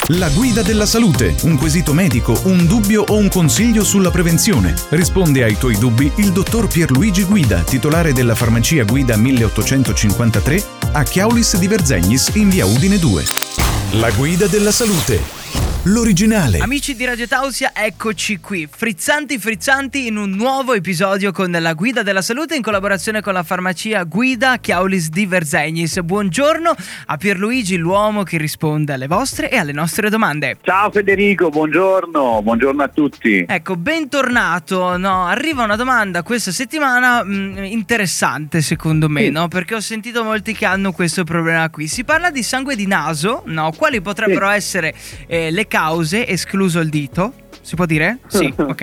La guida della salute, un quesito medico, un dubbio o un consiglio sulla prevenzione. Risponde ai tuoi dubbi il dottor Pierluigi Guida, titolare della farmacia Guida 1853 a Chiaulis di Verzegnis in via Udine 2. La guida della salute. L'originale. Amici di Radio Tausia, eccoci qui, frizzanti in un nuovo episodio con la guida della salute in collaborazione con la farmacia Guida Chiaulis di Verzegnis. Buongiorno a Pierluigi, l'uomo che risponde alle vostre e alle nostre domande. Ciao Federico, buongiorno a tutti. Ecco, bentornato. Arriva una domanda questa settimana interessante secondo me, sì. Perché ho sentito molti che hanno questo problema qui. Si parla di sangue di naso, quali potrebbero essere le cause, escluso il dito. Si può dire? Sì, ok.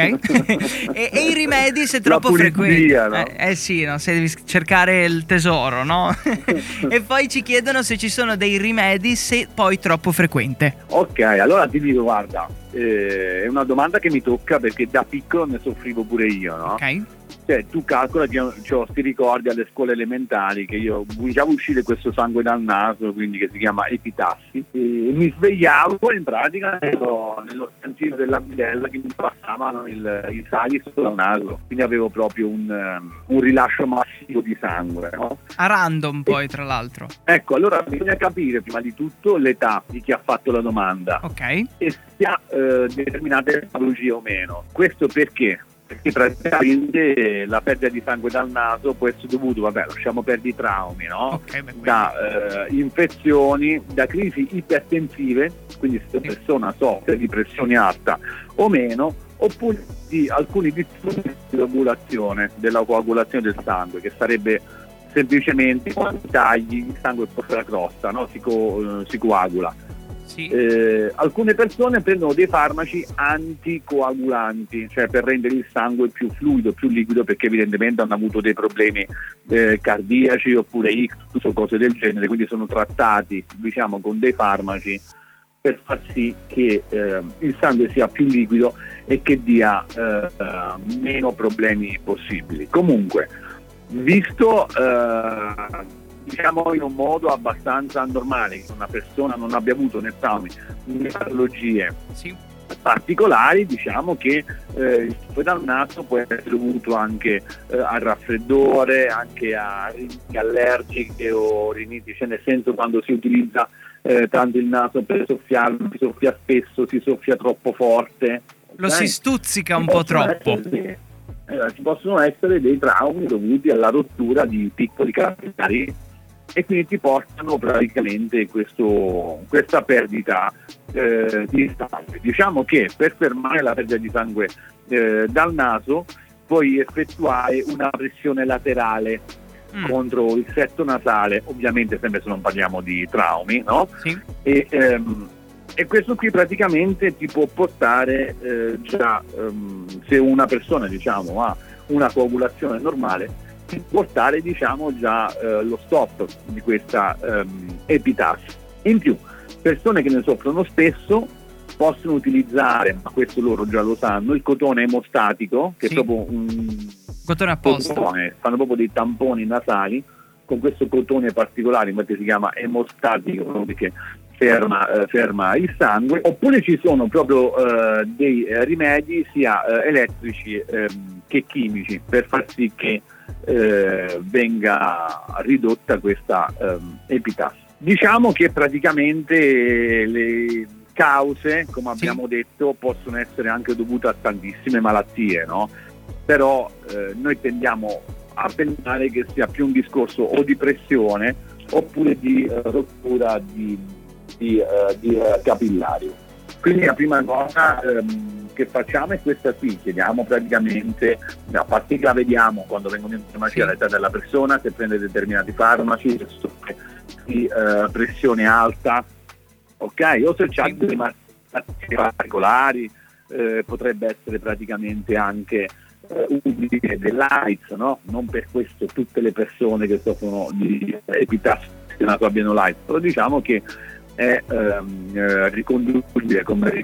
e i rimedi se troppo frequenti. No? Se devi cercare il tesoro, no? E poi ci chiedono se ci sono dei rimedi se poi troppo frequente. Ok, allora ti dico, guarda, è una domanda che mi tocca perché da piccolo ne soffrivo pure io, no? Ok. Cioè, tu calcola che ti ricordi alle scuole elementari che io vedevo uscire questo sangue dal naso, quindi che si chiama epitassi, e mi svegliavo in pratica nello stanzino della bidella che mi passavano il sali sotto il naso, quindi avevo proprio un rilascio massivo di sangue, no? A random poi, tra l'altro. Ecco, allora bisogna capire prima di tutto l'età di chi ha fatto la domanda. Ok. E se ha determinate patologie o meno. Questo perché? Perché praticamente la perdita di sangue dal naso può essere dovuto, lasciamo perdere i traumi, no? Okay, da infezioni, da crisi ipertensive, quindi se una persona soffre di pressione alta o meno, oppure di alcuni disturbi di coagulazione, della coagulazione del sangue, che sarebbe semplicemente quando tagli il sangue fuori la crosta, no? Si coagula. Sì. Alcune persone prendono dei farmaci anticoagulanti, cioè per rendere il sangue più fluido, più liquido, perché evidentemente hanno avuto dei problemi cardiaci oppure ictus o cose del genere, quindi sono trattati con dei farmaci per far sì che il sangue sia più liquido e che dia meno problemi possibili. Comunque, visto in un modo abbastanza normale, che una persona non abbia avuto né traumi né patologie particolari, che il sangue dal naso può essere dovuto anche al raffreddore, anche a riniti allergiche o riniti, nel senso quando si utilizza tanto il naso per soffiarlo, si soffia spesso, si soffia troppo forte. Lo si stuzzica un po' troppo. Ci possono essere dei traumi dovuti alla rottura di piccoli capillari e quindi ti portano praticamente questa perdita di sangue. Diciamo che per fermare la perdita di sangue dal naso puoi effettuare una pressione laterale contro il setto nasale, ovviamente sempre se non parliamo di traumi, no? Sì. E questo qui praticamente ti può portare se una persona ha una coagulazione normale, ti può portare lo stop di questa epitassi. In più, persone che ne soffrono spesso possono utilizzare, ma questo loro già lo sanno, il cotone emostatico, che è proprio un cotone apposta. Fanno proprio dei tamponi nasali con questo cotone particolare, infatti si chiama emostatico, perché ferma il sangue. Oppure ci sono proprio dei rimedi sia elettrici che chimici per far sì che venga ridotta questa epitassi. Diciamo che praticamente le cause, come abbiamo detto, possono essere anche dovute a tantissime malattie, no? Però noi tendiamo a pensare che sia più un discorso o di pressione oppure di rottura di capillari. Quindi la prima cosa che facciamo è questa qui: chiediamo praticamente, a parte che la vediamo quando vengono in farmacia, l'età della persona, se prende determinati farmaci, se soffre di pressione alta, ok? O se c'ha delle malattie particolari, potrebbe essere praticamente anche utile dell'AIDS, no? Non per questo tutte le persone che soffrono di epitassi abbiano l'AIDS, però diciamo che è riconducibile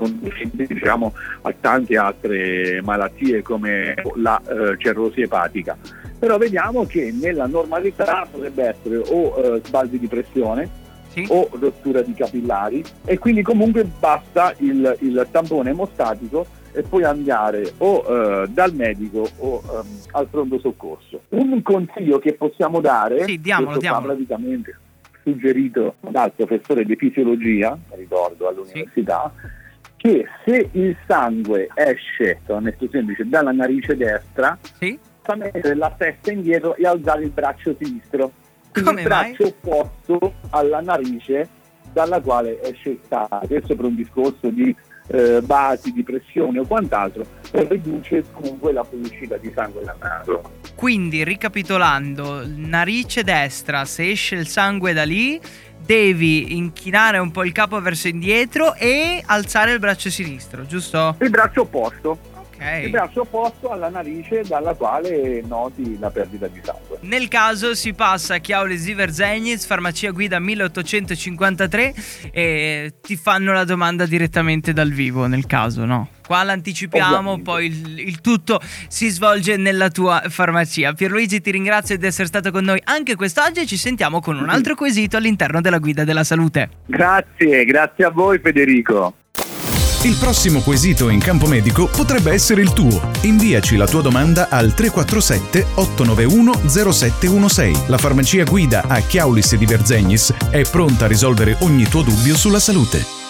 a tante altre malattie come la cirrosi epatica. Però vediamo che nella normalità potrebbe essere o sbalzi di pressione sì, o rottura di capillari, e quindi comunque basta il tampone emostatico e poi andare o dal medico o al pronto soccorso. Un consiglio che possiamo dare, sì, diamolo. praticamente suggerito dal professore di fisiologia, ricordo, all'università, sì, che se il sangue esce, metto semplice, dalla narice destra, sì, fa mettere la testa indietro e alzare il braccio sinistro. Quindi come il braccio opposto alla narice dalla quale esce il sangue. Questo per un discorso di basi, di pressione o quant'altro, e riduce comunque la fuoriuscita di sangue dal naso. Quindi, ricapitolando, narice destra, se esce il sangue da lì, devi inchinare un po' il capo verso indietro e alzare il braccio sinistro, giusto? Il braccio opposto. Ok. Il braccio opposto alla narice dalla quale noti la perdita di sangue. Nel caso si passa a Chiaulis di Verzegnis, farmacia guida 1853, e ti fanno la domanda direttamente dal vivo, nel caso, no? Qua l'anticipiamo, ovviamente. Poi il tutto si svolge nella tua farmacia. Pierluigi, ti ringrazio di essere stato con noi anche quest'oggi e ci sentiamo con un altro quesito all'interno della Guida della Salute. Grazie a voi Federico. Il prossimo quesito in campo medico potrebbe essere il tuo. Inviaci la tua domanda al 347 891 0716. La farmacia guida a Chiaulis di Verzegnis è pronta a risolvere ogni tuo dubbio sulla salute.